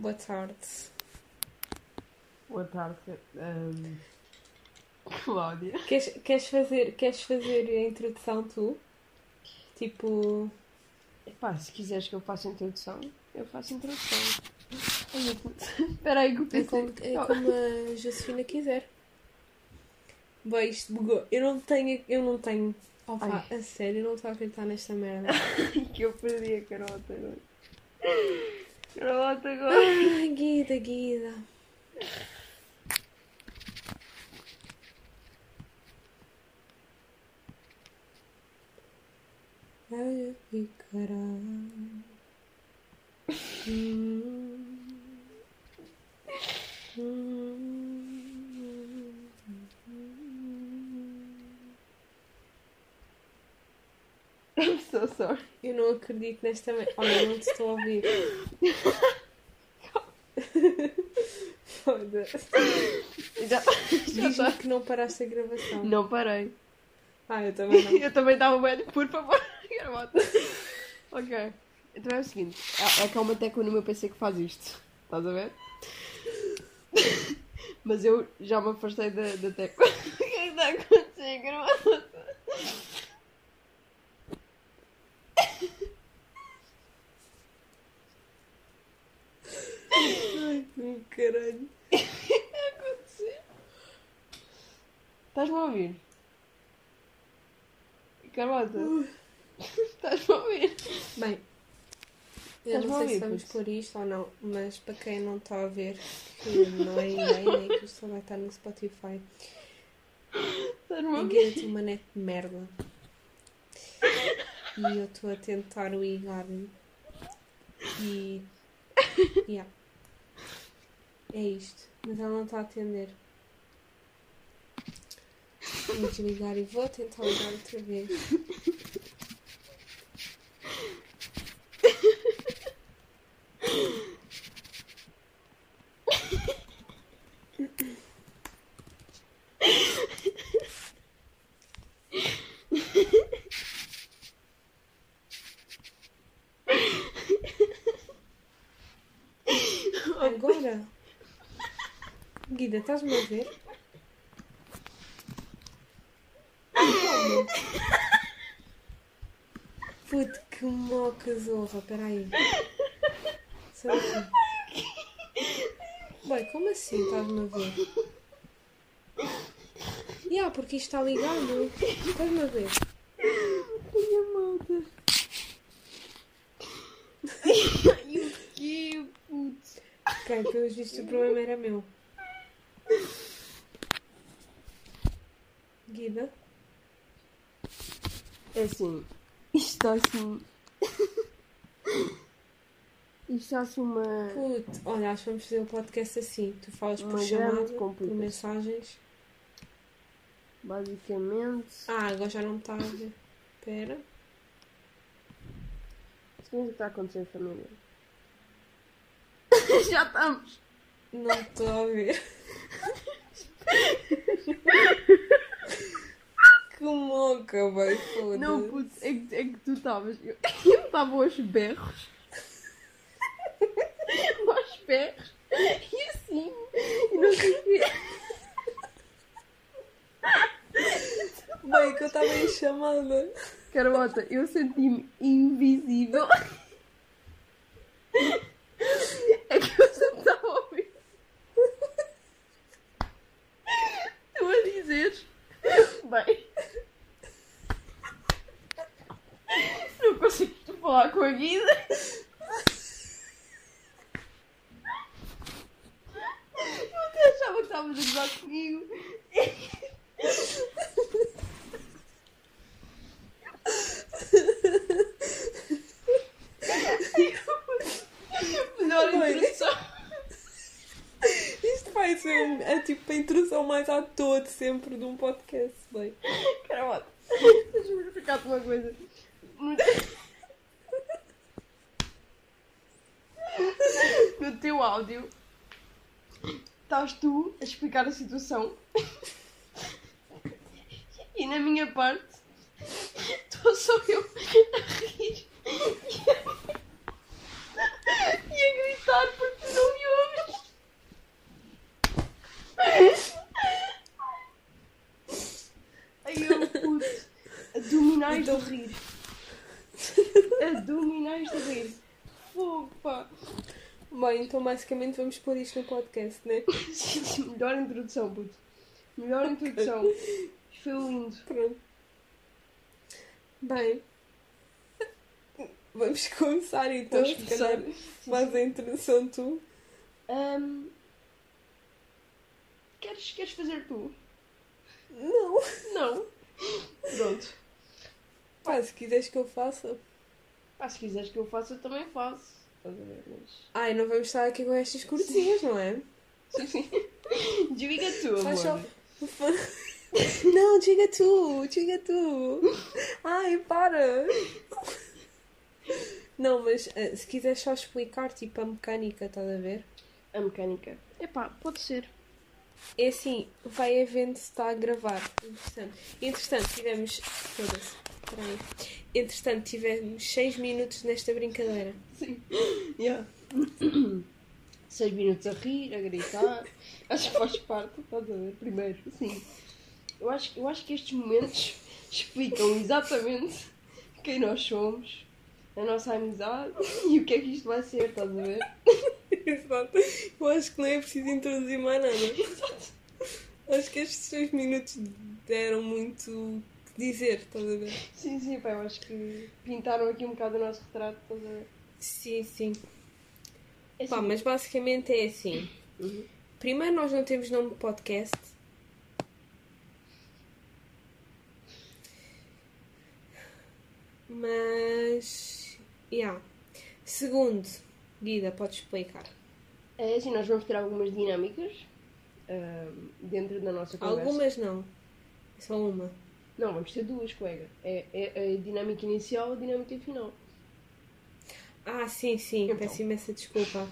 Boa tarde. Boa tarde, Cláudia. Queres fazer a introdução tu? Tipo... Epá, se quiseres que eu faça a introdução, eu faço a introdução. Espera aí que eu É como pensei... a Josefina quiser. Bem, isto bugou. Eu não tenho... Opa, a sério, eu não estou a acreditar nesta merda. que eu perdi a carota agora. Carota agora. Ai, Guida. Olha que caralho. I'm so sorry. Eu não acredito nesta merda. Olha, eu não te estou a ouvir. Foda-se. Diz-me que não paraste a gravação. Não parei. Ah, eu também não. Eu também estava bem, por favor. Garota. Ok. Então é o seguinte. É que há uma tecla no meu PC que faz isto. Estás a ver? Mas eu já me afastei da tecla. O que é que está a acontecer, garota? Ai, que caralho. O que está a acontecer? Estás-me a ouvir? Carlota? Estás-me a ouvir? Bem, eu Estás-me não a sei se ouvir, vamos puto? pôr isto ou não, mas para quem não está a ver, que não é ninguém, que isto só vai estar no Spotify. Estás-me a A ouvir? Guida tem uma net de merda. E eu estou a tentar ligar-me. E... Yeah. É isto. Mas ela não está a atender. Vou desligar e vou tentar ligar outra vez. Agora? Guida, estás-me a ver? Como? Puto, que moca zorra, peraí. Só assim. Bem, como assim estás-me a ver? Porque isto está ligado. Estás-me a ver? Minha malta. E o quê, puto? Ok, pelos vistos o problema era meu. Guida? É assim. Isto está assim. Isto está assim uma. Puto, olha, acho que vamos fazer o podcast assim. Tu falas por Uma chamada, grande por complicação. mensagens. Basicamente. Agora já não me está a ver. Espera. Seguinte o que está a acontecer, família. Já estamos. Não estou a ver. Que moca, vai, foda-se. Não, puto, é que tu estavas. Eu estava aos berros. Aos berros. E assim. E não sei o quê. Bem, que eu estava em chamada. Carlota, eu senti-me invisível. É que eu só estava a ouvir. Tu a dizeres. Bem. Não consigo falar com a Guida. Eu até achava que estavas a gozar comigo. Melhor Bem. introdução. Isto vai ser tipo a introdução mais à toa de sempre de um podcast, bem. Caramba, deixa-me explicar-te uma coisa. No teu áudio, estás tu a explicar a situação e na minha parte, estou só eu a rir e a gritar porque tu não me Dominaste a rir. Dominaste a rir. Fogo, pá. Bem, então basicamente vamos pôr isto no podcast, né? Melhor introdução, puto. Melhor introdução. Isto foi lindo. Pronto. Bem. Vamos começar então. Vamos Se calhar faz a introdução tu. Queres fazer tu? Não. Não. Pronto. Pá, se quiseres que eu faça. Pá, se quiseres que eu faça, eu também faço. Estás a ver? Mas... Ai, não vamos estar aqui com estas cortesinhas, não é? Sim. Diga tu, amor. Faz só... Não, diga tu. Ai, para. Não, mas se quiseres só explicar, tipo, a mecânica, estás a ver? A mecânica. Epá, pode ser. É assim, vai havendo se está a gravar. Entretanto, tivemos... Foda-se. Peraí. Entretanto, tivemos 6 minutos nesta brincadeira. Sim. Yeah. 6 minutos a rir, a gritar. Acho que faz parte, estás a ver? Primeiro, sim. Eu acho que estes momentos explicam exatamente quem nós somos, a nossa amizade e o que é que isto vai ser, estás a ver? Exato. Eu acho que não é preciso introduzir mais nada. Exato. Acho que estes 6 minutos deram muito que dizer, estás a ver? Sim, pá, eu acho que pintaram aqui um bocado o nosso retrato, estás a ver? Sim. É assim. Pá, mas basicamente é assim. Uhum. Primeiro, nós não temos nome de podcast. Mas... Segundo, Guida, podes explicar. É assim, nós vamos ter algumas dinâmicas dentro da nossa conversa. Algumas não. É só uma. Não, vamos ter duas, colega. É a dinâmica inicial e a dinâmica final. Sim. Então. Peço imensa desculpa.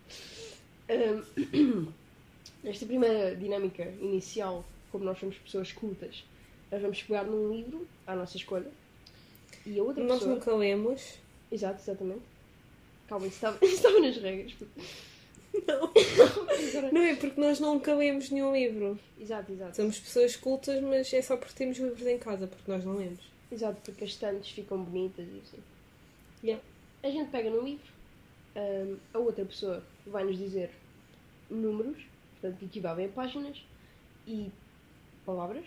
Nesta primeira dinâmica inicial, como nós somos pessoas cultas, nós vamos pegar num livro à nossa escolha. E a outra Nós pessoa... nunca lemos. Exatamente. Calma, isso estava nas regras. Não. Não é porque nós nunca lemos nenhum livro. Exato. Somos pessoas cultas, mas é só porque temos livros em casa, porque nós não lemos. Exato, porque as estantes ficam bonitas e assim. Yeah. A gente pega no livro, a outra pessoa vai-nos dizer números, portanto, que equivalem a páginas e palavras.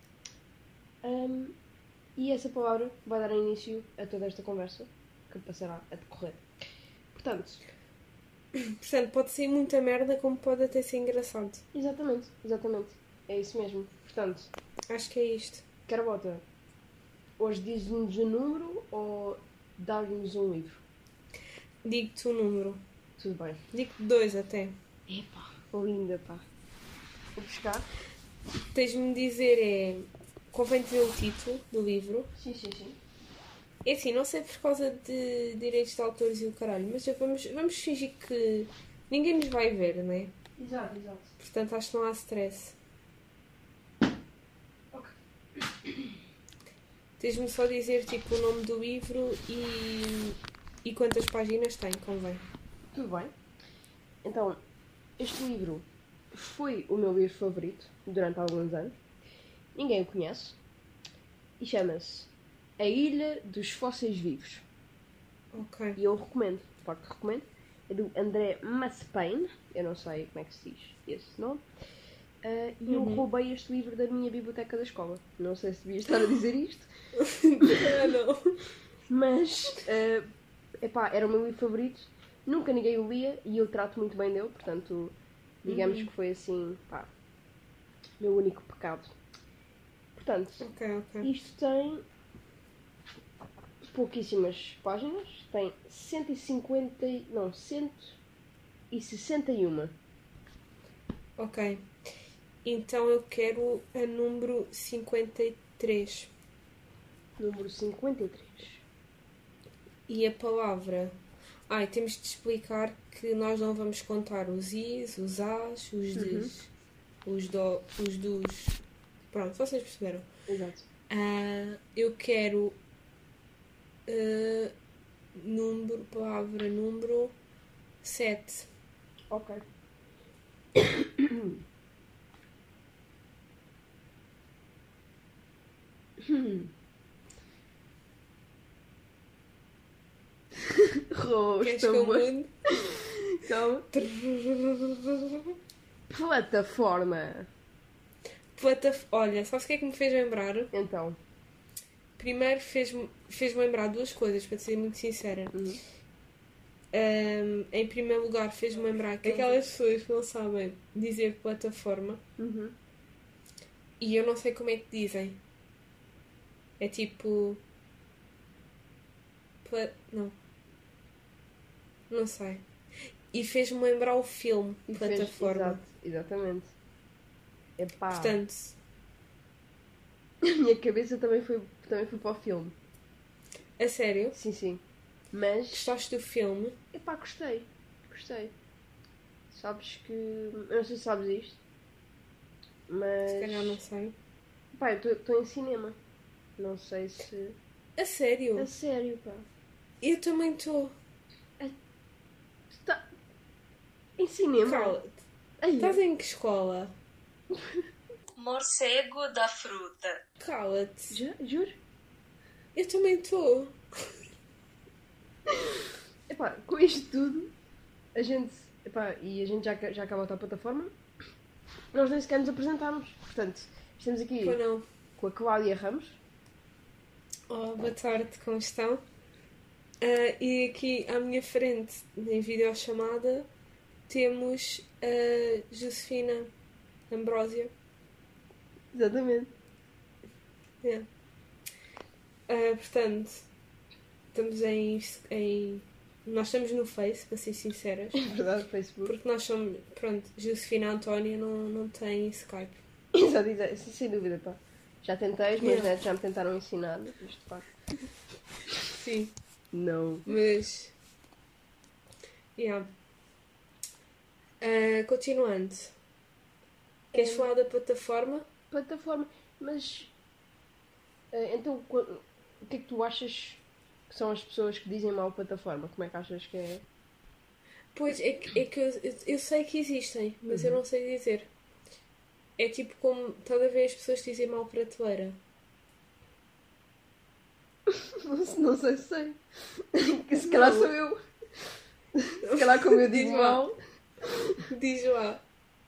E essa palavra vai dar início a toda esta conversa que passará a decorrer. Portanto, pode ser muita merda, como pode até ser engraçado. exatamente. É isso mesmo. Portanto, Acho que é isto. Carabota, hoje diz-nos um número ou dá-nos um livro? Digo-te o número. Tudo bem. Digo-te 2 até. Epá, linda, pá. Vou buscar. Tens-me de dizer convém dizer o título do livro. Sim. É assim, não sei por causa de direitos de autores e o caralho, mas vamos fingir que ninguém nos vai ver, não é? Exato. Portanto, acho que não há stress. Ok. Tens-me só dizer tipo o nome do livro e quantas páginas tem, convém. Tudo bem. Então, este livro foi o meu livro favorito durante alguns anos. Ninguém o conhece. E chama-se A Ilha dos Fósseis Vivos. Ok. E eu recomendo, de facto recomendo. É do André Massepain. Eu não sei como é que se diz esse nome. E eu roubei este livro da minha biblioteca da escola. Não sei se devia estar a dizer isto. Não. Mas, era o meu livro favorito. Nunca ninguém o lia e eu trato muito bem dele. Portanto, digamos que foi assim, meu único pecado. Portanto, Ok. isto tem pouquíssimas páginas. Tem 161. Ok. Então eu quero a número 53. Número 53. E a palavra... temos de explicar que nós não vamos contar os is, os as, os des, os dos... Pronto, vocês perceberam. Exato. Eu quero palavra número 7. Ok. Queres que eu mude? Calma. Plataforma. Olha, sabes o que é que me fez lembrar? Então. Primeiro fez-me lembrar duas coisas, para te ser muito sincera. Em primeiro lugar, fez-me lembrar que aquelas pessoas que não sabem dizer plataforma e eu não sei como é que dizem. É tipo. Não sei. E fez-me lembrar o filme Plataforma. Exatamente. Epá. Portanto, a minha cabeça também foi para o filme. a sério? Sim. Mas. Gostaste do filme? Epá, gostei. Sabes que. Eu não sei se sabes isto. Mas. Se calhar não sei. Pá, eu estou em cinema. Não sei se. A sério? A sério, pá. Eu também estou. Está. Em cinema? Cala-te. Estás em que escola? Morcego da fruta. Cala-te. Juro? Eu também estou. Epá, com isto tudo, a gente. Epá, e a gente já acabou a plataforma. Nós nem sequer nos apresentámos. Portanto, estamos aqui Pois não. com a Cláudia Ramos. Boa tarde, como estão? E aqui à minha frente, em videochamada, temos a Josefina Ambrósio. Exatamente. Yeah. Portanto, estamos nós estamos no Face, para ser sinceras. É verdade, Facebook. Porque nós somos. Pronto, Josefina Antónia não tem Skype. Exato, sem dúvida, pá. Já tentei, os meus netos já me tentaram ensinar isto, pá. Sim. Não. Mas. Yeah. Continuando. Queres falar da plataforma? Plataforma. Mas. Então, o que é que tu achas que são as pessoas que dizem mal plataforma? Como é que achas que é? Pois, é que eu sei que existem, mas eu não sei dizer. É tipo como. Estás a ver as pessoas que dizem mal prateleira? Não sei se sei. Se calhar sou eu. Se calhar como eu digo mal. Diz lá.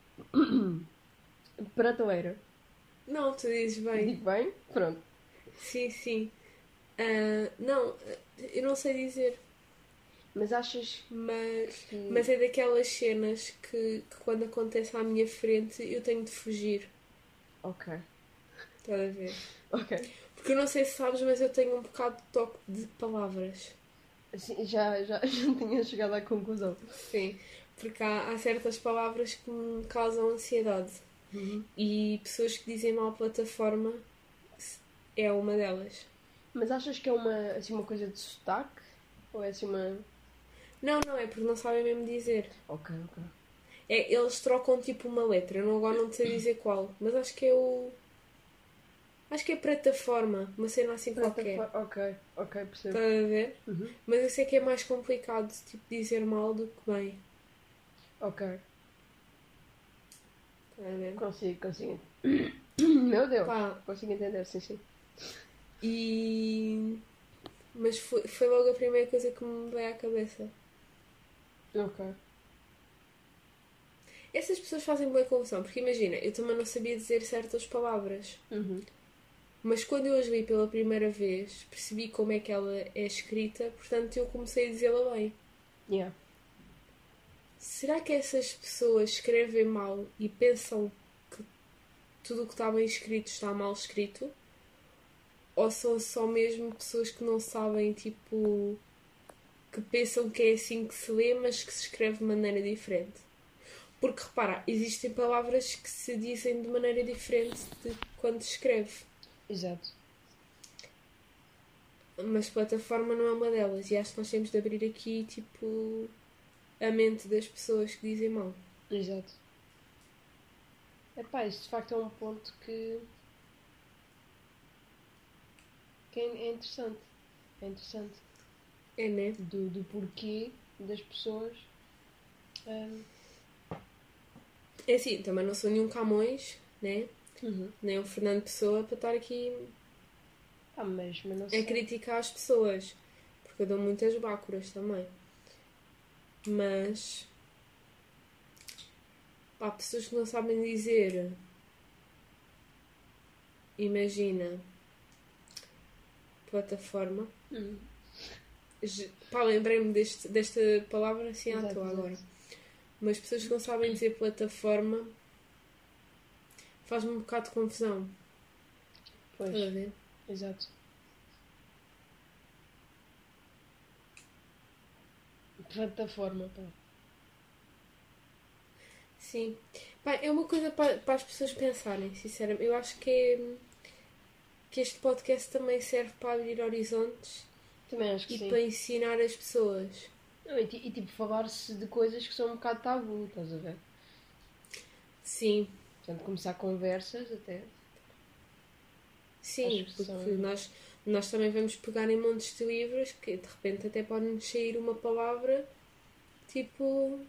Prateleira. Não, tu dizes bem. Digo bem? Pronto. Sim. Não, eu não sei dizer. Mas achas Mas é daquelas cenas que quando acontece à minha frente eu tenho de fugir. Ok. Estás a ver? Ok. Porque eu não sei se sabes, mas eu tenho um bocado de toque de palavras. Assim, já tinha chegado à conclusão. Sim. Porque há certas palavras que me causam ansiedade. E pessoas que dizem mal plataforma é uma delas. Mas achas que é uma coisa de sotaque? Ou é assim uma... Não, é porque não sabem mesmo dizer. Ok. Eles trocam tipo uma letra. Eu agora não sei dizer qual. Mas acho que é o... Acho que é plataforma. Uma cena assim qualquer. Ok, percebo. Estás a ver? Mas eu sei que é mais complicado tipo, dizer mal do que bem. Ok. Estás a ver? Consigo. Meu Deus. Pá. Consigo entender, sim. Mas foi logo a primeira coisa que me veio à cabeça. Ok. Essas pessoas fazem boa confusão, porque imagina, eu também não sabia dizer certas palavras. Mas quando eu as li pela primeira vez, percebi como é que ela é escrita, portanto eu comecei a dizê-la bem. Yeah. Será que essas pessoas escrevem mal e pensam que tudo o que está bem escrito está mal escrito? Ou são só mesmo pessoas que não sabem, tipo, que pensam que é assim que se lê, mas que se escreve de maneira diferente? Porque, repara, existem palavras que se dizem de maneira diferente de quando se escreve. Exato. Mas plataforma não é uma delas. E acho que nós temos de abrir aqui, tipo, a mente das pessoas que dizem mal. Exato. Epá, isso de facto é um ponto que é interessante. É interessante. É, né? Do porquê das pessoas... É assim, também não sou nenhum Camões, né? Nem um Fernando Pessoa para estar aqui mas não sei. a criticar as pessoas. Porque eu dou muitas bácuras também. Mas há pessoas que não sabem dizer. Imagina, plataforma. Pá, lembrei-me desta palavra assim à toa agora. Mas pessoas que não sabem dizer plataforma faz-me um bocado de confusão. Pois. Estás a ver? Exato. Plataforma, pá. Sim. Pá, é uma coisa para as pessoas pensarem, sinceramente. Eu acho que este podcast também serve para abrir horizontes Também acho que e sim. para ensinar as pessoas. Não, e tipo, falar-se de coisas que são um bocado tabu, estás a ver? Sim. Portanto, começar conversas até. Sim, Acho que porque são- nós também vamos pegar em montes de livros que de repente até pode-nos sair uma palavra tipo,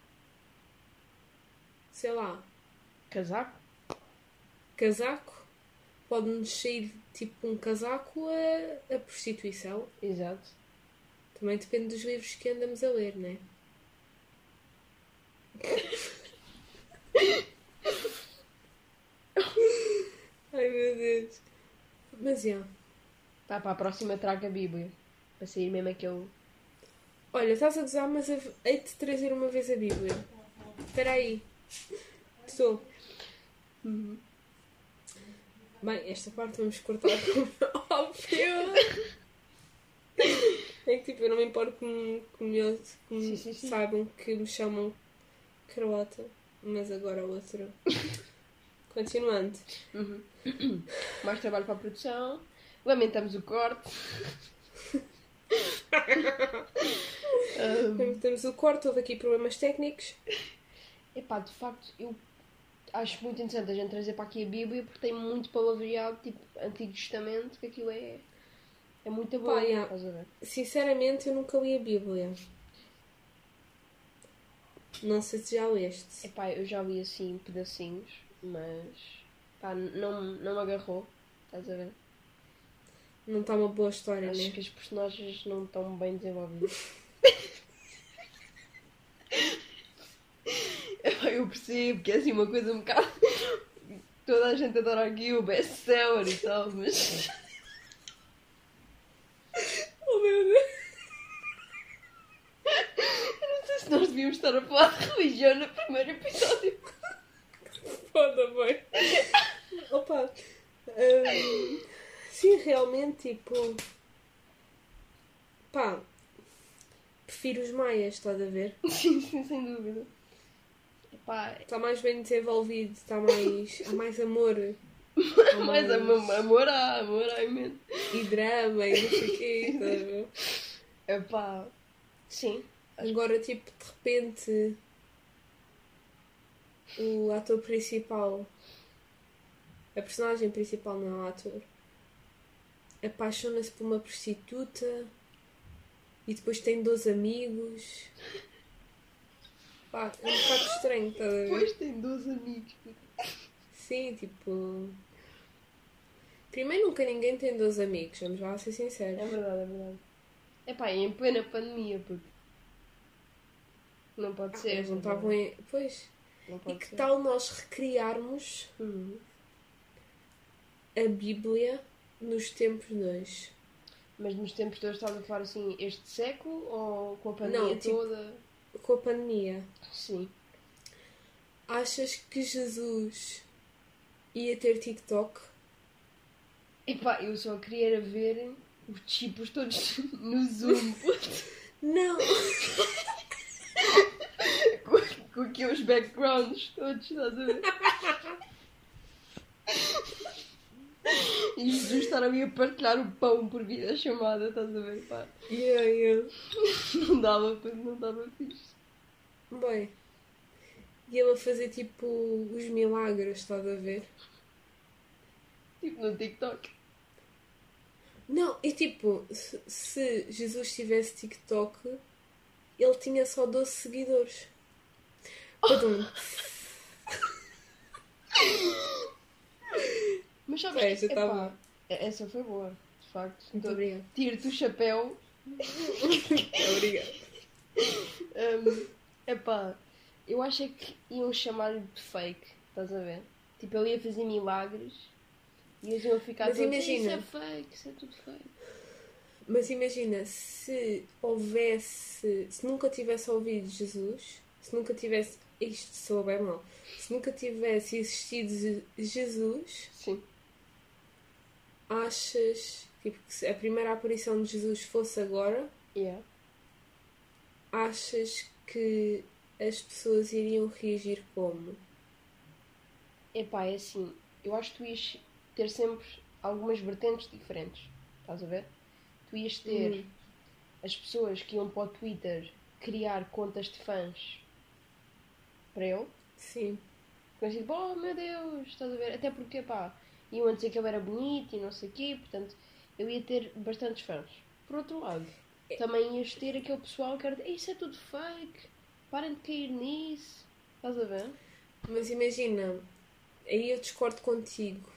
sei lá, Casaco? casaco. Pode-nos sair tipo um casaco a prostituição. Exato. Também depende dos livros que andamos a ler, não é? Ai meu Deus. Mas já. Tá, para a próxima traga a Bíblia. Para sair mesmo aquele... Olha, estás a gozar, mas hei-de trazer uma vez a Bíblia. Espera aí. Estou. Bem, esta parte vamos cortar como é óbvio. É que tipo, eu não me importo que Sim. saibam que me chamam Croata. Mas agora outro. Continuando. Mais trabalho para a produção. Lamentamos o corte. Temos o corte, houve aqui problemas técnicos. Epá, de facto, eu acho muito interessante a gente trazer para aqui a Bíblia porque tem muito palavreado, tipo, Antigo Testamento, que aquilo é muito bom. Pá, yeah. Estás a ver? Sinceramente, eu nunca li a Bíblia. Não sei se já leste. Epá, eu já li assim pedacinhos, mas pá, não me agarrou. Estás a ver? Não está uma boa história, Acho né? que os personagens não estão bem desenvolvidos. Eu percebo que é assim uma coisa um bocado. Toda a gente adora aqui o best-seller e tal, mas. Oh meu Deus! Eu não sei se nós devíamos estar a falar de religião no primeiro episódio. Foda, bem. Opa! Sim, realmente, tipo. Pá. Prefiro os maias, estás a ver? Sim, sem dúvida. Epá, Está mais bem desenvolvido, está mais. Há mais amor. Há mas amor há imenso. E drama e não sei o quê, estás a ver? Epá, sim. Agora, tipo, de repente. O ator principal. A personagem principal, não é o ator. Apaixona-se por uma prostituta. E depois tem 12 amigos. Pá, é um bocado estranho, estás a ver? Depois tem 12 amigos. Sim, tipo. Primeiro, nunca ninguém tem 12 amigos, vamos lá ser sinceros. É verdade. Epá, e em plena pandemia, porque. Não pode ser. Eles não estavam em. Pois. Não E pode que ser. tal nós recriarmos a Bíblia nos tempos de hoje? Mas nos tempos de hoje estás a falar assim, este século ou com a pandemia Não, tipo- toda? Com a pandemia, Sim. achas que Jesus ia ter TikTok? Epá, eu só queria era ver os tipos todos no Zoom. Não! com aqueles backgrounds todos, estás a ver? E Jesus estar ali a partilhar o pão por videochamada, estás a ver? Pá, Yeah. não dava fixe. Bem, e ele a fazer tipo os milagres, estás a ver? Tipo no TikTok. Não, e tipo, se Jesus tivesse TikTok, ele tinha só 12 seguidores. Perdão. Mas sabes Essa que, tá epá, boa. essa foi boa, de facto. Muito Então, obrigada. tiro-te o chapéu. Obrigada. Epá, eu acho é que iam chamar-lhe de fake, estás a ver? Tipo, ele ia fazer milagres e eles iam ficar Mas todos, imagina. isso é fake, isso é tudo fake. Mas imagina, se nunca tivesse ouvido Jesus, se nunca tivesse, isto soa bem mal, se nunca tivesse existido Jesus, Sim. achas, tipo, que se a primeira aparição de Jesus fosse agora, Yeah. achas que as pessoas iriam reagir como? Epá, é assim, eu acho que tu ias ter sempre algumas vertentes diferentes, estás a ver? Tu ias ter as pessoas que iam para o Twitter criar contas de fãs para ele. Sim. Ficam assim, oh meu Deus, estás a ver? Até porque, pá, iam a dizer que ele era bonito e não sei o quê, portanto, eu ia ter bastantes fãs. Por outro lado, também ias ter aquele pessoal que era, isso é tudo fake, parem de cair nisso, estás a ver? Mas imagina, aí eu discordo contigo.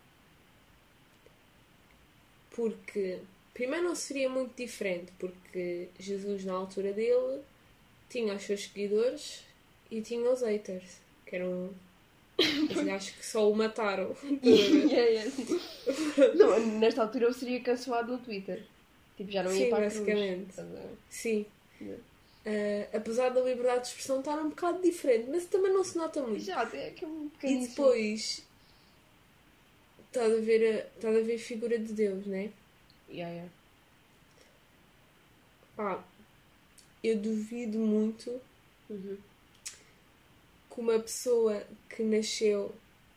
Porque, primeiro, não seria muito diferente, porque Jesus, na altura dele, tinha os seus seguidores e tinha os haters, que eram os gajos que só o mataram. Yeah. Não, nesta altura eu seria cancelado no Twitter. Tipo, já não ia Sim, para a cruz. basicamente. Estás a ver? Sim. Yeah. Apesar da liberdade de expressão estar um bocado diferente, mas também não se nota muito. Exato, é que é um E bocadinho depois estás a ver a figura de Deus, né? Yeah. Pá, eu duvido muito Uhum. que uma pessoa que nasceu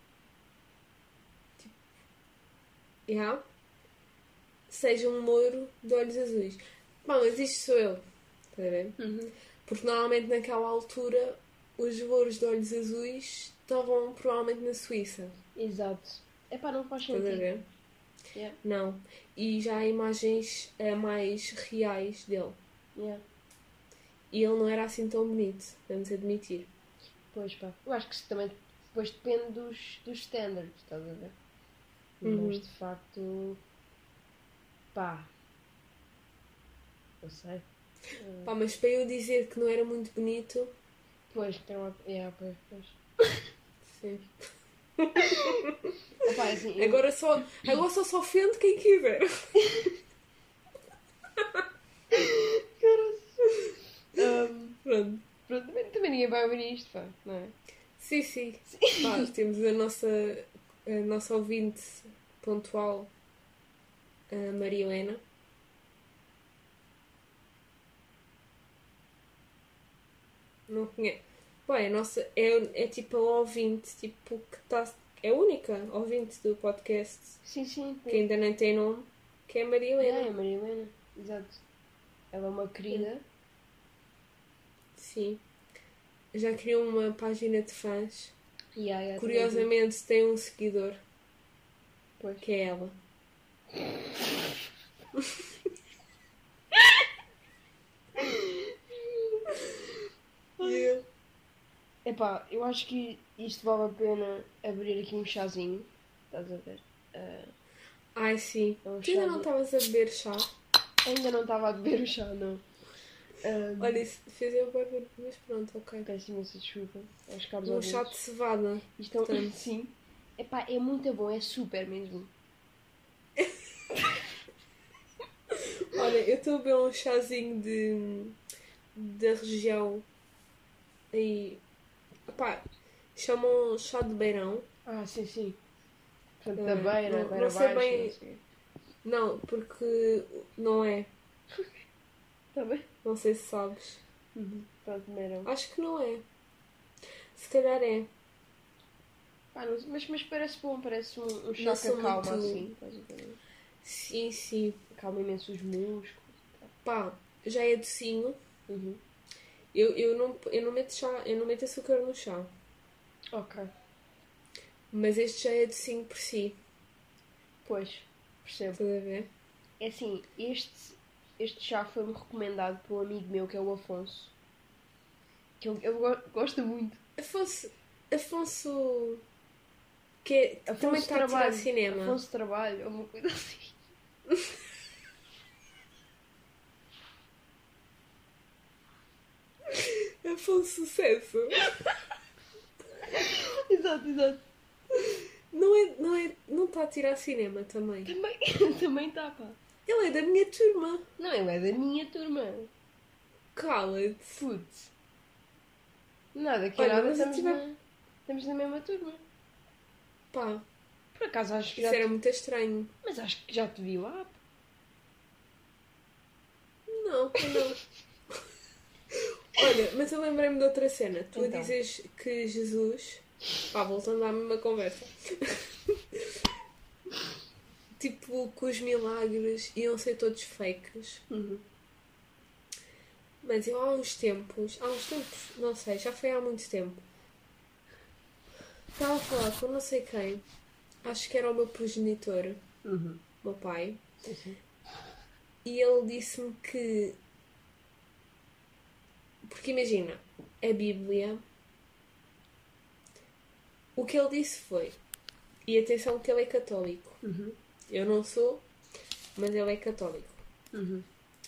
tipo, yeah, seja um loiro de olhos azuis. Pá, mas isto sou eu, estás a ver? Uhum. Porque normalmente naquela altura os louros de olhos azuis estavam provavelmente na Suíça. Exato. É pá, não faz Estás a sentido. ver? Yeah. Não. E já há imagens mais reais dele. Yeah. E ele não era assim tão bonito, vamos admitir. Pois pá. Eu acho que isso também depois depende dos standards, estás a ver? Uhum. Mas de facto. Pá. Não sei. Pá, mas para eu dizer que não era muito bonito, Pois, tem uma. Yeah, pois. sim. Epá, assim, eu- Agora só se ofende quem quiser. Pronto. Pronto, também ninguém vai ouvir isto, pá, não é? Sim. Pá, temos a nossa ouvinte pontual, a Maria Helena. Não conheço. Pá, a nossa é tipo a ouvinte, tipo, que está. É a única ouvinte do podcast Sim. que ainda nem tem nome, que é a Maria Helena. É a Maria Helena, exato. Ela é uma querida. Sim. Já criou uma página de fãs. Yeah, Curiosamente tem um seguidor, Pois. que é ela. Yeah. Epá, eu acho que isto vale a pena abrir aqui um chazinho. Estás a ver? Ai, sim. É um Tu ainda chá não de- estavas a beber chá? Ainda não estava a beber o chá, não. Olha, isso fez eu beber, mas pronto, ok. Peço imensa desculpa aos caros Um ouvintes. chá de cevada. Isto é um... portanto. Sim. Epá, é muito bom, é super mesmo. Olha, eu estou a beber um chazinho da região aí. Pá, chamam chá de beirão. Ah, sim. Portanto, É, da beira, não beira sei baixa, bem- não sei. Não, porque não é. Está bem? Não sei se sabes. Pronto, beirão. Acho que não é. Se calhar é. Pá, não sei, mas parece bom, parece um chá Não que sou acalma muito- assim. Estás a ver? Sim. Acalma imenso os músculos. Pá, já é docinho. Uhum. Eu não meto chá, eu não meto açúcar no chá. Ok. Mas este já é docinho por si. Pois, percebo. Estás a ver? É assim, este chá foi-me recomendado por um amigo meu que é o Afonso. Que gosta muito. Afonso que também está a tirar cinema. Afonso Trabalho, ou uma coisa assim. Foi um sucesso. Exato. Não está a tirar cinema também. Também está, pá. Ele é da minha turma. Não, ele é da minha turma. Cala-te. Putz. Nada, que Olha, nada, mas estamos na mesma turma. Pá, Por acaso acho que isso era muito estranho. Mas acho que já te vi lá. Não. Olha, mas eu lembrei-me de outra cena. Tu Então. a dizes que Jesus... Pá, voltando à mesma conversa. Tipo, que os milagres iam ser todos fakes. Uhum. Mas eu há uns tempos, não sei, já foi há muito tempo. Estava a falar com não sei quem. Acho que era o meu progenitor, Uhum. meu pai. Sim. E ele disse-me que... Porque imagina, a Bíblia... O que ele disse foi... E atenção que ele é católico. Uhum. Eu não sou, mas ele é católico. Uhum.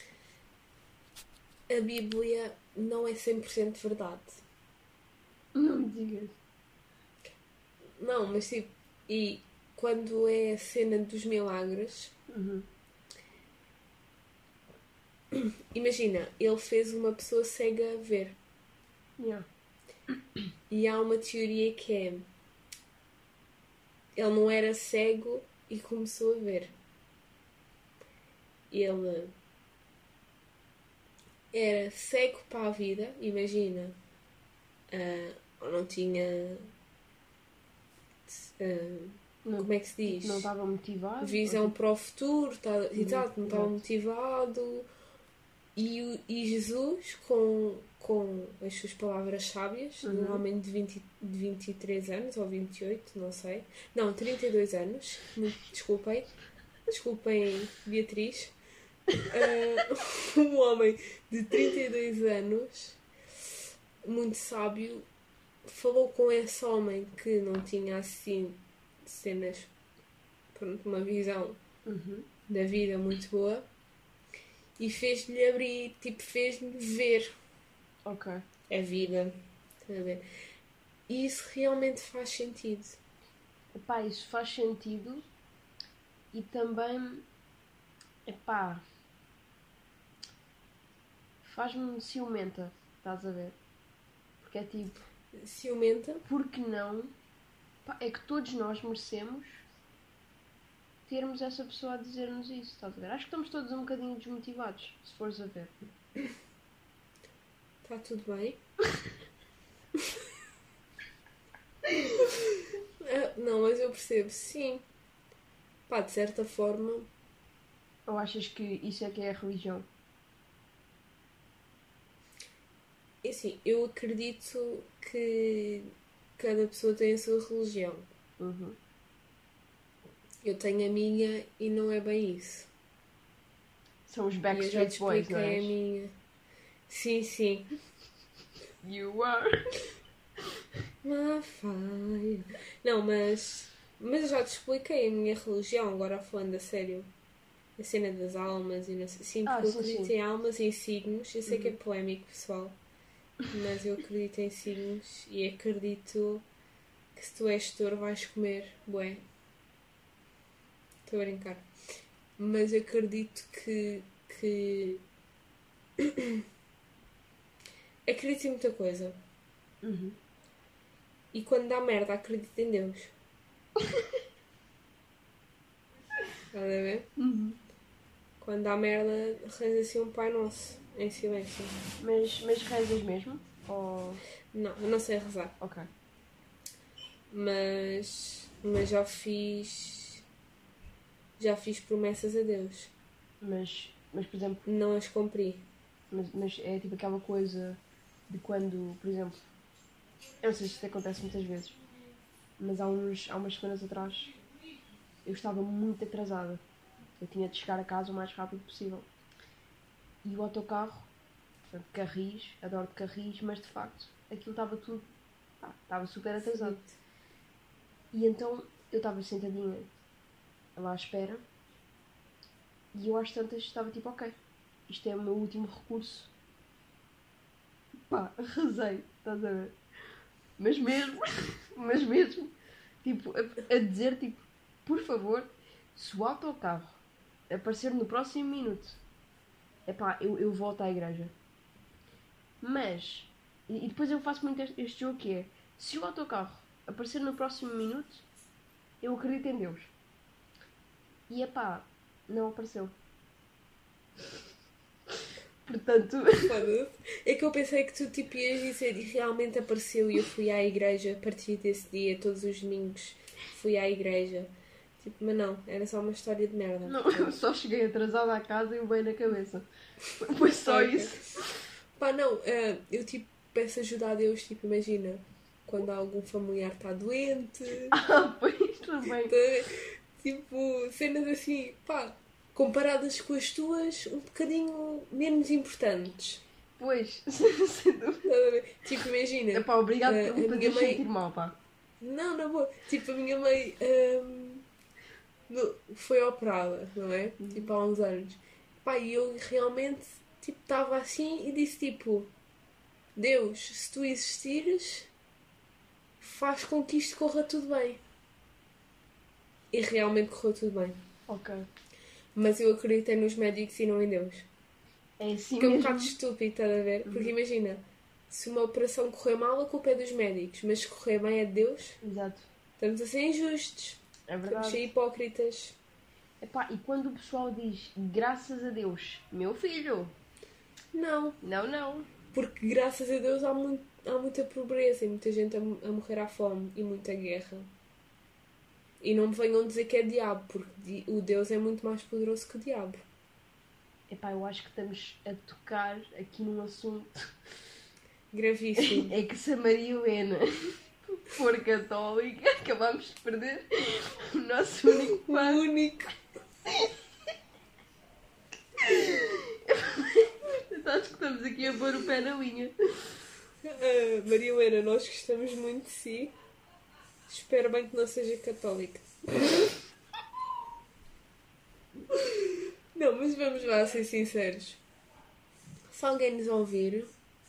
A Bíblia não é 100% verdade. Não me digas. Não, mas tipo... E quando é a cena dos milagres... Uhum. Imagina, ele fez uma pessoa cega ver. Yeah. E há uma teoria que é... Ele não era cego e começou a ver. Ele era cego para a vida, imagina. Não tinha... como é que se diz? Não estava motivado. Visão para o futuro, exato, não estava exato. motivado. E Jesus, com as suas palavras sábias, Uhum. um homem de 23 anos, ou 28, não sei. Não, 32 anos. Desculpem, Beatriz. Um homem de 32 anos, muito sábio, falou com esse homem que não tinha assim cenas, pronto, uma visão Uhum. da vida muito boa. E fez-lhe abrir, tipo, fez-lhe ver Ok. a vida. Estás a ver? E isso realmente faz sentido. Epá, isso faz sentido. E também... Epá... Faz-me ciumenta. Estás a ver? Porque é tipo... Ciumenta. Porque não? Pá, é que todos nós merecemos... termos essa pessoa a dizer-nos isso, estás a ver? Acho que estamos todos um bocadinho desmotivados, se fores a ver. Está tudo bem? Não, mas eu percebo, sim. Pá, de certa forma... Ou achas que isso é que é a religião? É assim, eu acredito que cada pessoa tem a sua religião. Uhum. Eu tenho a minha e não é bem isso. São os E eu já te Backstreet Boys, não expliquei é? a minha. Sim. You are... Mafai. Não, mas eu já te expliquei a minha religião, agora falando a sério. A cena das almas e não sei. Sim, porque eu acredito em almas e em signos. Eu sei que é polémico, pessoal. Mas eu acredito em signos e acredito que se tu és touro vais comer bué. Estou a brincar. Mas eu acredito que acredito em muita coisa. Uhum. E quando dá merda, acredito em Deus. Estás a ver? Uhum. Quando dá merda, reza assim um Pai Nosso, em silêncio. Mas rezas mesmo? Ou... Não, eu não sei rezar. Ok. Mas já fiz promessas a Deus. Mas por exemplo... Não as cumpri. Mas é tipo aquela coisa de quando, por exemplo... Eu não sei se isto acontece muitas vezes. Mas há umas semanas atrás eu estava muito atrasada. Eu tinha de chegar a casa o mais rápido possível. E o autocarro, portanto, Carris, adoro de Carris, mas de facto aquilo estava tudo... estava super atrasado. E então eu estava sentadinha lá à espera e eu às tantas estava tipo, ok, isto é o meu último recurso pá, rezei, estás a ver? Mas mesmo, tipo, a dizer, tipo, por favor, se o autocarro aparecer no próximo minuto, epá, eu volto à igreja. Mas, e depois eu faço muito este jogo que é, se o autocarro aparecer no próximo minuto, eu acredito em Deus. E epá, não apareceu. Portanto... Foda-se. É que eu pensei que tu tipo ias dizer e realmente apareceu e eu fui à igreja a partir desse dia, todos os domingos fui à igreja. Tipo, mas não, era só uma história de merda. Não, eu só cheguei atrasada à casa e o bem na cabeça. Foi só Ok. isso. Pá, não, eu tipo peço ajuda a Deus, tipo, imagina, quando algum familiar está doente, Pois, também. tipo, cenas assim, pá, comparadas com as tuas, um bocadinho menos importantes. Pois, sem dúvida. Estás a ver? Tipo, imagina. Epá, obrigado por a me minha fazer mãe. sentir mal, pá. Não, na boa. Tipo, a minha mãe foi operada, não é? Tipo, há uns anos. Pá, e eu realmente, tipo, estava assim e disse, tipo... Deus, se tu existires, faz com que isto corra tudo bem. E realmente correu tudo bem. Ok. Mas eu acreditei nos médicos e não em Deus. É assim Que é um mesmo. bocado estúpido, estás a ver? Porque imagina, se uma operação correr mal, a culpa é dos médicos. Mas se correr bem é de Deus. Exato. Estamos a ser injustos. É Estamos a ser verdade. hipócritas. Epá, e quando o pessoal diz graças a Deus, meu filho, Não. não. Porque graças a Deus há muita pobreza e muita gente a morrer à fome e muita guerra. E não me venham dizer que é diabo, porque o Deus é muito mais poderoso que o diabo. Epá, eu acho que estamos a tocar aqui num assunto. Gravíssimo. É que se a Maria Helena for católica, acabamos de perder o nosso único O pai. único. Acho que estamos aqui a pôr o pé na linha. Maria Helena, nós gostamos muito de si. Espero bem que não seja católica. Não, mas vamos lá ser sinceros. Se alguém nos ouvir...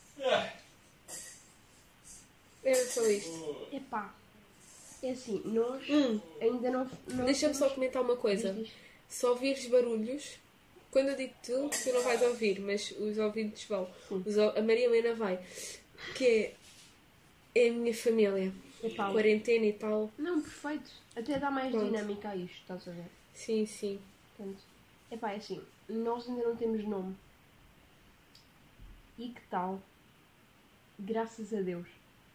Era só isto. Epá, é assim, nós ainda não Deixa-me só temos- comentar uma coisa. Diz. Se ouvires barulhos, quando eu digo tu não vais ouvir, mas os ouvintes vão. A Maria Helena vai. Que é a minha família. Epá, Quarentena e tal. não, perfeito. Até dá mais Pronto. dinâmica a isto, estás a ver? Sim, sim. Portanto, epá, é assim, nós ainda não temos nome. E que tal? Graças a Deus.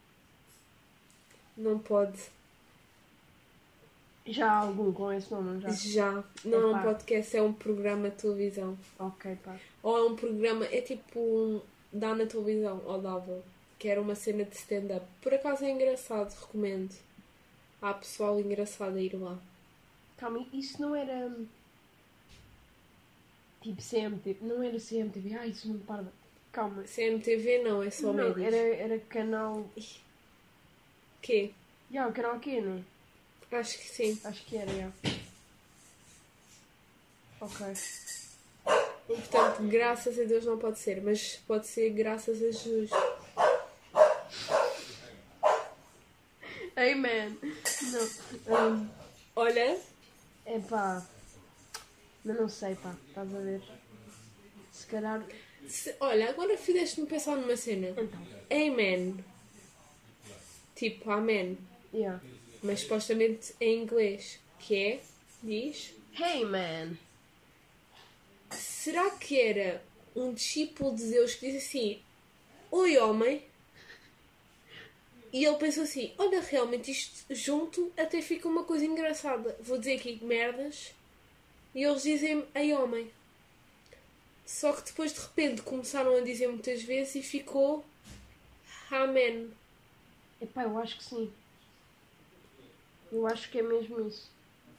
Não pode. Já há algum com esse nome, não já? Já. Não é um Epá. podcast, é um programa de televisão. Ok, pá. Ou é um programa, é tipo dá na televisão, ou dava. Que era uma cena de stand-up. Por acaso é engraçado, recomendo. Há pessoal engraçado a ir lá. Calma, isso não era... Tipo CMTV. Não era CMTV. Ai, isso não me parva. Calma. CMTV não, é só Não, médios. era canal... Quê? Já, o canal quê, não é? Acho que sim. Acho que era, já. Ok. E, portanto, graças a Deus não pode ser, mas pode ser graças a Jesus. Amen. Não. Olha, É pá. Mas não sei, pá. Estás a ver? Se calhar... olha, agora fizeste-me pensar numa cena. Então. Amen. Tipo, amém. Yeah. Mas supostamente em inglês. Que é, diz... Hey, man. Será que era um discípulo de Deus que disse assim: Oi, homem? E ele pensou assim: Olha, realmente isto junto até fica uma coisa engraçada. Vou dizer aqui merdas. E eles dizem: Ei, homem. Só que depois de repente começaram a dizer muitas vezes e ficou Amém. Epá, eu acho que sim. Eu acho que é mesmo isso.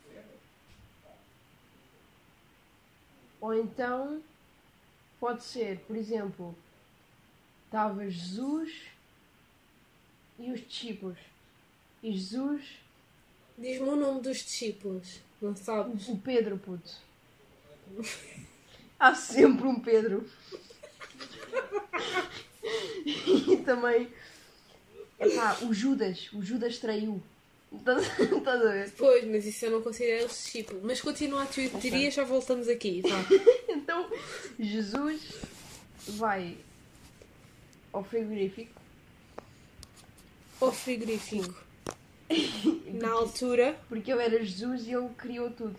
Ou então, pode ser, por exemplo, estava Jesus e os discípulos. E Jesus, Diz-me o nome dos discípulos. Não sabes? o Pedro, puto. Há sempre um Pedro. E também, epá, o Judas traiu. Estás a ver? Pois, mas isso eu não considero discípulo. Mas continua a tua teoria, já voltamos aqui. Vá. Então, Jesus vai ao frigorífico. Ao frigorífico. Na altura. Porque ele era Jesus e ele criou tudo.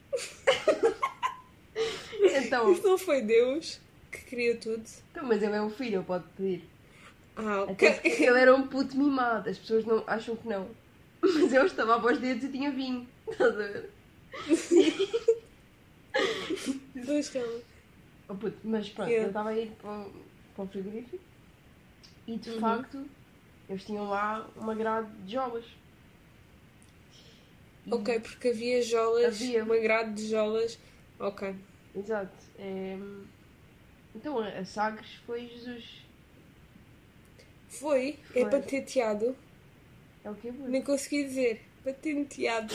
Então, Isso não foi Deus que criou tudo. então, mas ele é o filho, ele pode pedir. Ah, Até ok. porque ele era um puto mimado. As pessoas não acham que não. Mas eu estava aos dedos e tinha vinho. Estás a ver? Dois realmente. Oh, puto, mas pronto, Yeah. eu estava a ir para o frigorífico e de facto eles tinham lá uma grade de jolas. E- Ok, porque havia jolas, Havia. uma grade de jolas. Ok. Exato. Então a Sagres foi Jesus. Foi, Foi. é patenteado. É o quê, puto? Nem consegui dizer. Patenteado.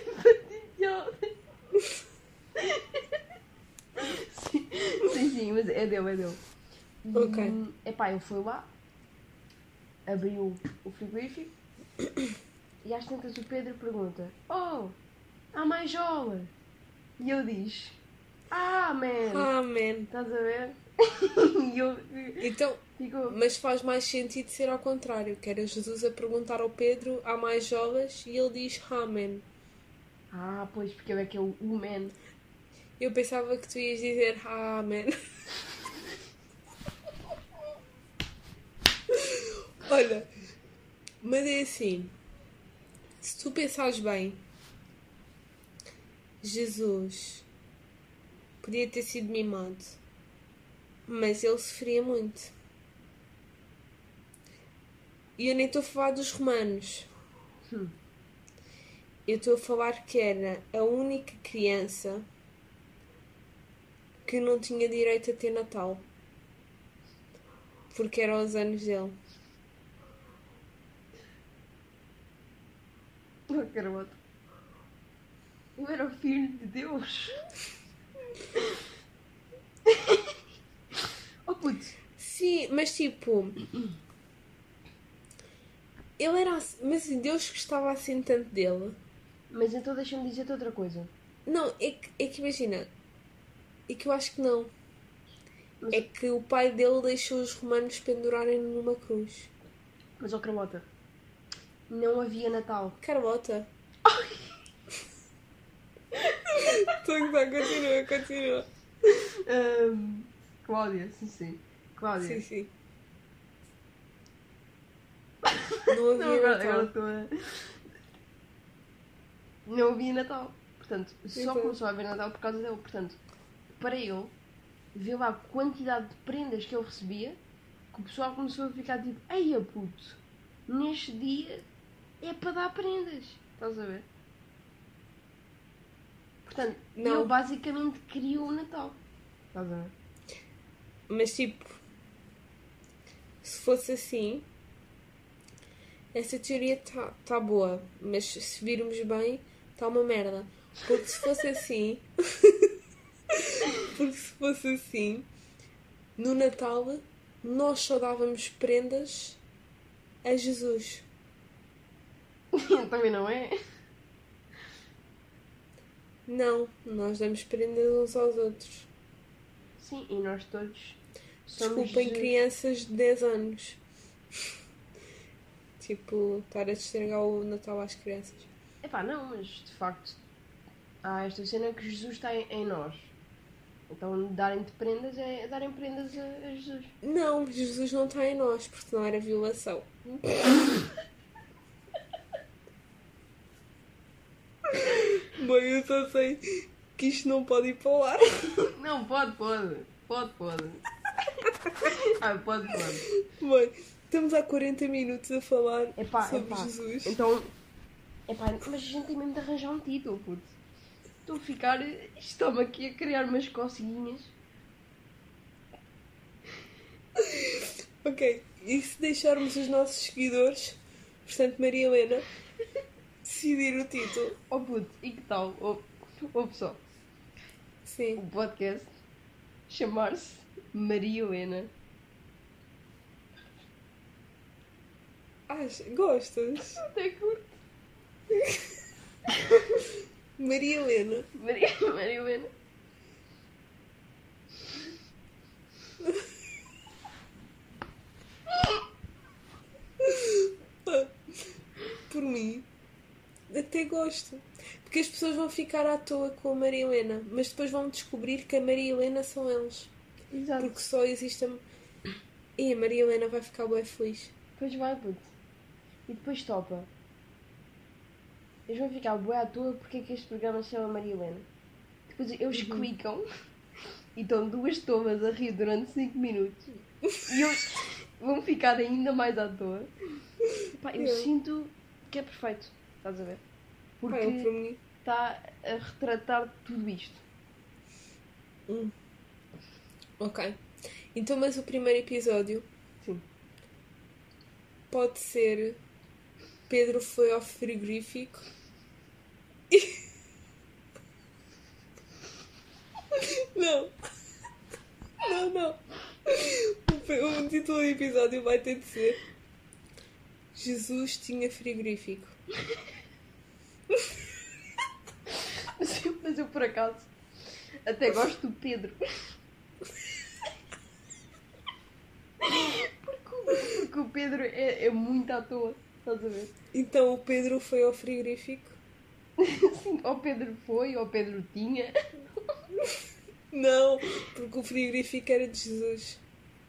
Sim, mas é dele. Ok. Epá, ele foi lá, abriu o frigorífico e às tantas o Pedro pergunta: Oh, há mais jola? E ele diz: Ah, man! Amém. Estás a ver? E eu Então, fico: mas faz mais sentido ser ao contrário, que era Jesus a perguntar ao Pedro, há mais jolas? E ele diz, amém. Ah, pois, porque ele é que é o man. Eu pensava que tu ias dizer, amém. Olha, mas é assim, se tu pensares bem, Jesus podia ter sido mimado, mas ele sofria muito. E eu nem estou a falar dos romanos. Eu estou a falar que era a única criança que não tinha direito a ter Natal. Porque eram os anos dele. Oh, garoto. Eu era o filho de Deus. Oh, puto. Sim, mas tipo... Ele era assim, mas Deus gostava assim tanto dele. Mas então deixa-me dizer-te outra coisa. Não, é que imagina. É que eu acho que não. Mas, É que o pai dele deixou os romanos pendurarem numa cruz. mas oh, Carlota, não havia Natal. Carlota. Estou a gozar, continua. Cláudia, sim. Cláudia. Sim, sim. Não Não, havia agora Natal. estou a... Não havia Natal. Portanto, só Então. começou a haver Natal por causa dele. Portanto, para ele, ver lá a quantidade de prendas que ele recebia, que o pessoal começou a ficar tipo, eia puto, neste dia é para dar prendas. Estás a ver? Portanto, Não. ele basicamente criou o Natal. Estás a ver? Mas tipo, se fosse assim, essa teoria tá boa, mas se virmos bem, está uma merda. Porque se fosse assim, no Natal nós só dávamos prendas a Jesus. Também não é? Não, nós damos prendas uns aos outros. Sim, e nós todos somos... Desculpem, crianças de 10 anos. Tipo, estar a estragar o Natal às crianças. Epá, não, mas de facto há esta cena que Jesus está em nós. Então darem-te prendas é darem prendas a Jesus. Não, Jesus não está em nós, porque não era violação. Bem, eu só sei que isto não pode ir para o ar. Não, pode. Ah, pode. Bem, estamos há 40 minutos a falar Epá, sobre Jesus. Então, mas a gente tem mesmo de arranjar um título, puto. Estou a ficar... Estou-me aqui a criar umas coceguinhas. Ok, e se deixarmos os nossos seguidores, portanto Maria Helena, decidir o título? Oh puto, e que tal? Oh pessoal, Sim. o podcast chamar-se Maria Helena Gostas? Até curto. Maria Helena. Maria Helena. Por mim, até gosto. Porque as pessoas vão ficar à toa com a Maria Helena, mas depois vão descobrir que a Maria Helena são eles. Exato. Porque só existe a... E a Maria Helena vai ficar bem feliz. Depois vai, puto. E depois topa. Eles vão ficar bué à toa porque é que este programa se chama Maria Helena. Depois eles clicam e estão duas tomas a rir durante 5 minutos. E eles vão ficar ainda mais à toa. Pá, eu sinto que é perfeito. Estás a ver? Porque está a retratar tudo isto. Ok. Então, mas o primeiro episódio... Sim. Pode ser... Pedro foi ao frigorífico... Não. O título do episódio vai ter de ser... Jesus tinha frigorífico. Mas eu, por acaso, até gosto do Pedro. Porque o Pedro é muito à toa, estás a ver? Então o Pedro foi ao frigorífico? Sim, ou Pedro foi, ou Pedro tinha. Não, porque o frigorífico era de Jesus.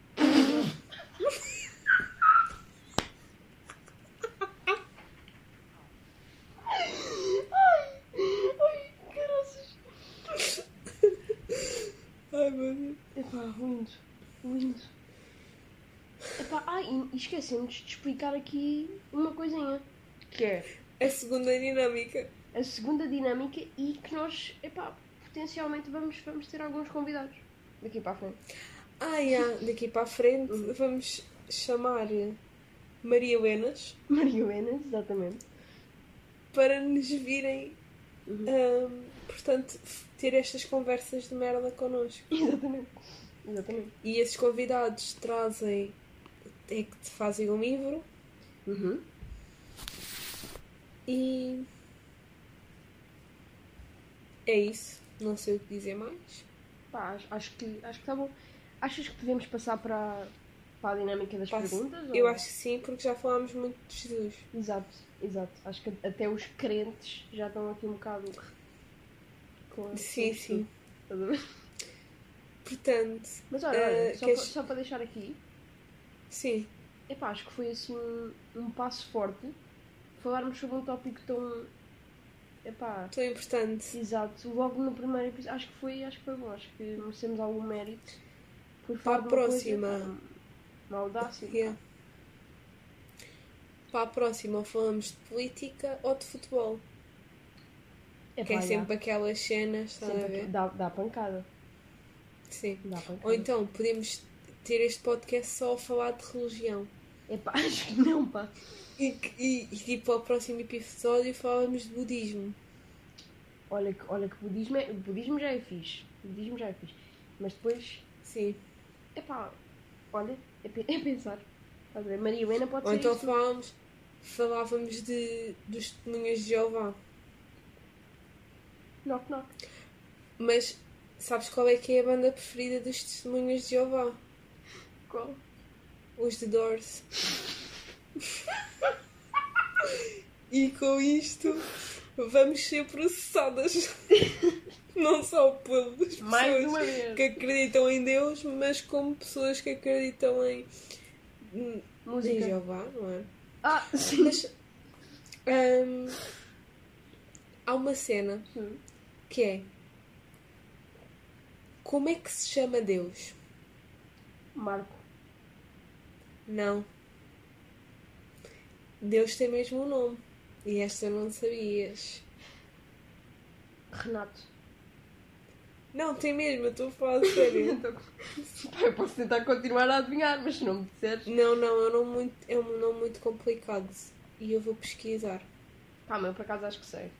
Ai, caraças. Ai, meu Deus. Epá, lindo. Epá, e esquecemos de explicar aqui uma coisinha. Que é A segunda dinâmica. a segunda dinâmica e que nós, epá, potencialmente vamos ter alguns convidados daqui para a frente. Daqui para a frente vamos chamar Maria Helenas Maria Helena, exatamente. para nos virem, portanto, ter estas conversas de merda connosco. Exatamente. E esses convidados trazem, é que te fazem um livro e é isso. Não sei o que dizer mais. Pá, acho que está bom. Achas que podemos passar para a dinâmica das perguntas? Eu acho que sim, porque já falámos muito de Jesus. Exato. Acho que até os crentes já estão aqui um bocado com Sim. Estás a ver? Portanto... Mas olha, só para deixar aqui... Sim. Epá, acho que foi assim um passo forte falarmos sobre um tópico tão... Epá... Tão importante. Exato. Logo no primeiro episódio, acho que foi bom. Acho que merecemos algum mérito por Para falar a de uma próxima... coisa, uma audácia. Yeah. Para a próxima falamos de política ou de futebol. Que é sempre aquelas cenas, estás a ver? Dá pancada. Sim. Dá pancada. Ou então podemos ter este podcast só a falar de religião. Epá, acho que não, pá. E tipo, ao próximo episódio falamos de budismo. Olha que budismo já é fixe. Mas depois... Sim. Epá, olha, é pensar. Estás a ver? Maria Helena pode Ou ser então isto. falávamos dos testemunhas de Jeová. Knock, knock. Mas sabes qual é que é a banda preferida dos testemunhas de Jeová? Qual? Os The Doors. E com isto vamos ser processadas. Não só pelas Mais uma pessoas vez. que acreditam em Deus, mas como pessoas que acreditam em Música. Jeová, não é? Sim. Mas há uma cena que é: como é que se chama Deus? Marco. Não. Deus tem mesmo um nome. E esta não sabias. Renato. Não, tem mesmo, eu estou a falar de sério. Então, eu posso tentar continuar a adivinhar, mas se não me disseres... Não, é um nome muito complicado. E eu vou pesquisar. Pá, mas por acaso acho que sei.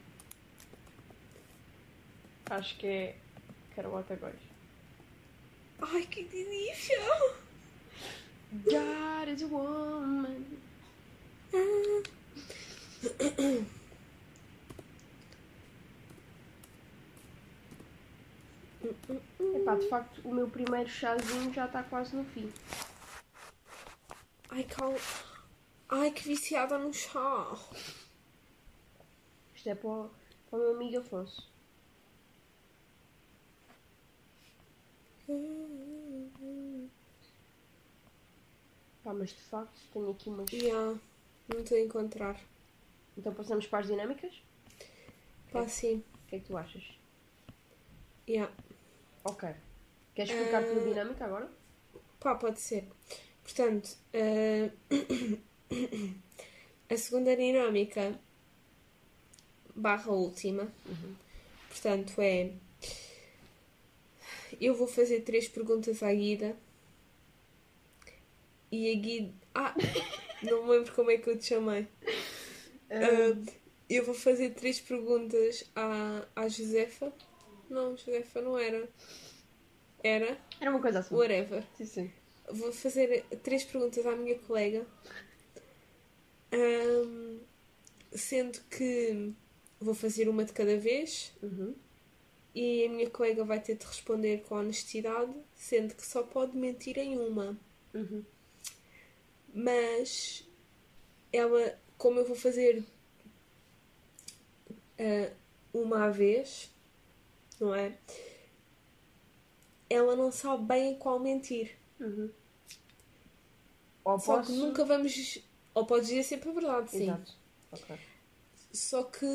Acho que é Carlota Góis. Ai, que delícia! God is a woman. Epá, de facto, o meu primeiro chazinho já está quase no fim. Ai, calma. Ai, que viciada no chá. Isto é para o meu amigo Afonso. Pá, mas de facto tenho aqui umas... Yeah, não estou a encontrar. Então passamos para as dinâmicas? Pá, sim. O que é que tu achas? Yeah. Ok. Queres explicar a tua dinâmica agora? Pá, pode ser. Portanto, a segunda dinâmica barra última. Portanto, é... Eu vou fazer 3 perguntas à Guida. E a Guida... Ah! Não me lembro como é que eu te chamei. Eu vou fazer 3 perguntas à Josefa. Não, Josefa não era. Era? Era uma coisa assim. Whatever. Sim, sim. Vou fazer 3 perguntas à minha colega. Sendo que vou fazer uma de cada vez. E a minha colega vai ter de responder com honestidade, sendo que só pode mentir em uma. Mas ela, como eu vou fazer uma à vez, não é? Ela não sabe bem qual mentir. Ou Só posso... que nunca vamos... Ou podes dizer sempre a verdade, sim. Exato. Ok. Só que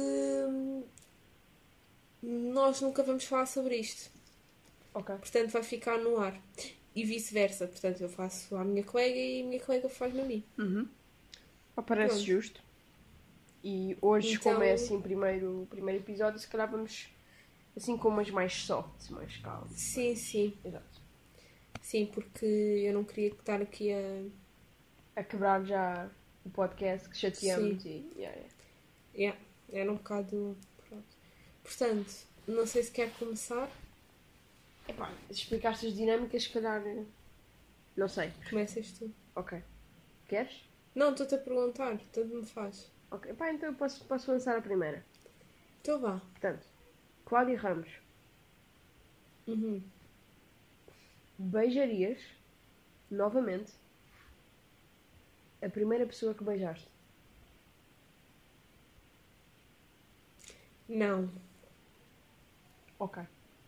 nós nunca vamos falar sobre isto. Ok. Portanto, vai ficar no ar. E vice-versa. Portanto, eu faço à minha colega e a minha colega faz-me a mim. Parece Pronto. justo. E hoje, Então- como é assim o primeiro episódio, se calhar vamos assim com umas mais soft, mais calmas. Sim, sim. Exato. Sim, porque eu não queria estar aqui A quebrar já o podcast, que chateamos e... Yeah, era um bocado... Pronto. Portanto, não sei se quer começar. Epá, explicaste as dinâmicas, se calhar... Não sei. Começas tu. Ok. Queres? Não, estou-te a perguntar. Tanto me faz. Ok. Epá, então eu posso lançar a primeira. Então vá. Portanto, Cláudia Ramos. Beijarias, novamente, a primeira pessoa que beijaste? Não. Ok.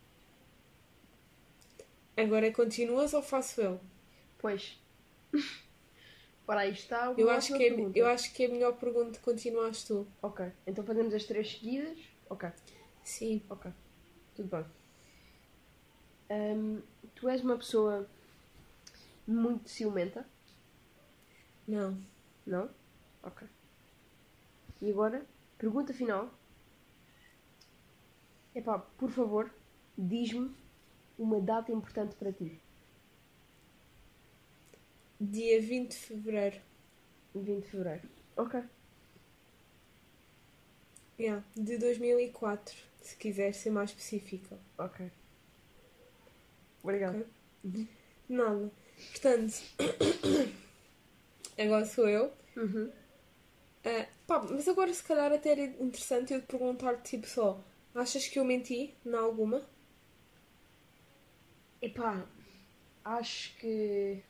Agora continuas ou faço eu? Pois. Ora, aí está Eu uma acho, ótima que é, pergunta. eu acho que é a melhor pergunta. Continuas tu. Ok. Então fazemos as 3 seguidas? Ok. Sim. Ok. Tudo bem. Tu és uma pessoa muito ciumenta? Não. Não? Ok. E agora, pergunta final. Epá, por favor, diz-me uma data importante para ti. Dia 20 de Fevereiro. 20 de Fevereiro. Ok. Yeah, de 2004. Se quiser ser mais específica. Ok. Obrigado. Ok. Nada. Portanto, agora sou eu. Pá, mas agora se calhar até era interessante eu te perguntar tipo só, achas que eu menti em alguma? Epá, acho que...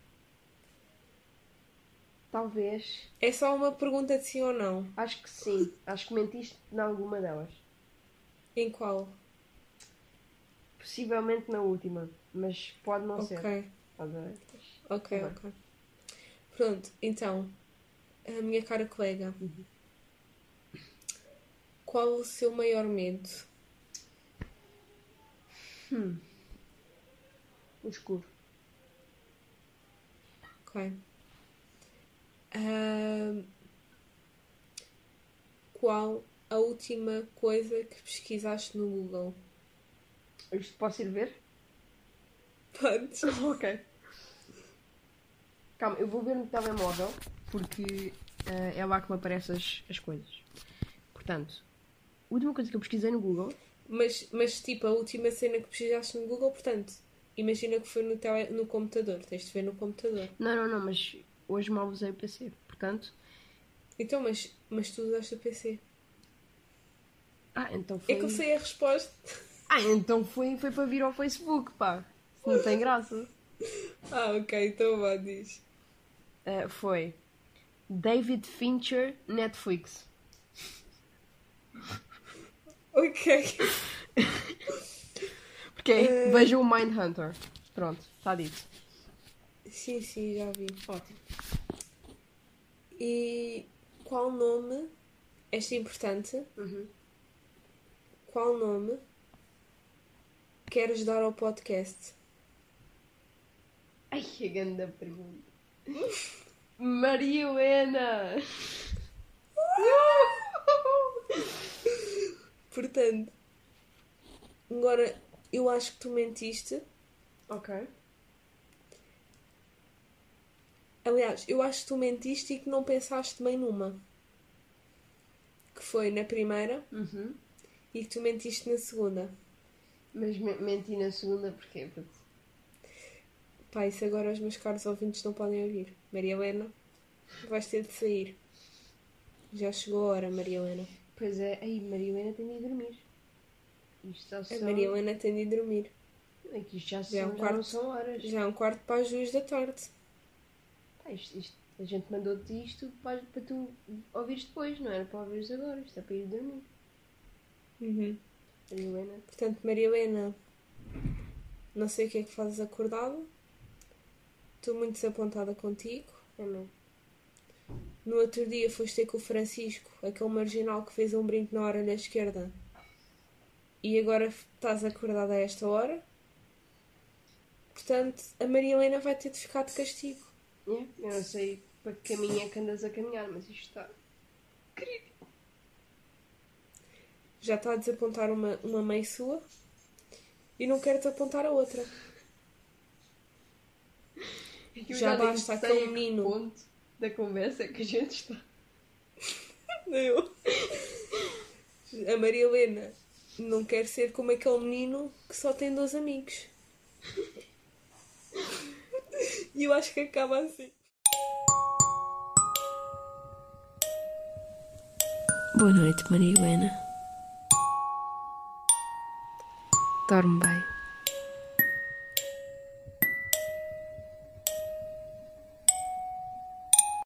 Talvez. É só uma pergunta de sim ou não. Acho que sim. Acho que mentiste em alguma delas. Em qual? Possivelmente na última. Mas pode não ser. Ok. Estás a ver? Ok, Tá ok. Pronto, então, a minha cara colega. Qual o seu maior medo? O escuro. Ok. Qual a última coisa que pesquisaste no Google? Isto posso ir ver? Podes. Ok. Calma, eu vou ver no telemóvel porque é lá que me aparecem as coisas. Portanto, a última coisa que eu pesquisei no Google... Mas tipo, a última cena que pesquisaste no Google, portanto, imagina que foi no computador. Tens de ver no computador. Não, mas hoje mal usei o PC. Portanto, Então, mas tu usaste o PC. Então foi... É que eu sei a resposta. Então foi para vir ao Facebook, pá. Isso não tem graça. Ok, então vá, diz. Foi David Fincher, Netflix. Ok. Porque vejam o Mindhunter. Pronto, está dito. Sim, já vi. Ótimo. E qual nome, esta é importante, qual nome queres dar ao podcast? Ai, que grande pergunta. Maria Helena! Portanto, agora eu acho que tu mentiste. Ok. Aliás, eu acho que tu mentiste e que não pensaste bem numa. Que foi na primeira e que tu mentiste na segunda. Mas menti na segunda porquê? Pá, isso agora os meus caros ouvintes não podem ouvir. Maria Helena, vais ter de sair. Já chegou a hora, Maria Helena. Pois é, aí Maria Helena tem de ir dormir. Isto já A Maria Helena tem de ir dormir. É que isto já não são horas. Já é um quarto para as 2 da tarde. A gente mandou-te isto para tu ouvires depois, não era para ouvires agora. Isto é para ir dormir. Maria Helena. Portanto, Maria Helena, não sei o que é que fazes acordada. Estou muito desapontada contigo. Não. No outro dia foste ter com o Francisco, aquele marginal que fez um brinco na orelha esquerda. E agora estás acordada a esta hora. Portanto, a Maria Helena vai ter de ficar de castigo. Eu não sei para que caminho é que andas a caminhar, mas isto está incrível. Já está a desapontar uma mãe sua e não quero-te apontar a outra. Já basta aquele menino. Ponto da conversa que a gente está. Eu. A Maria Helena não quer ser como aquele menino que só tem 2 amigos. E eu acho que acaba assim. Boa noite, Maria Helena. Dorme bem.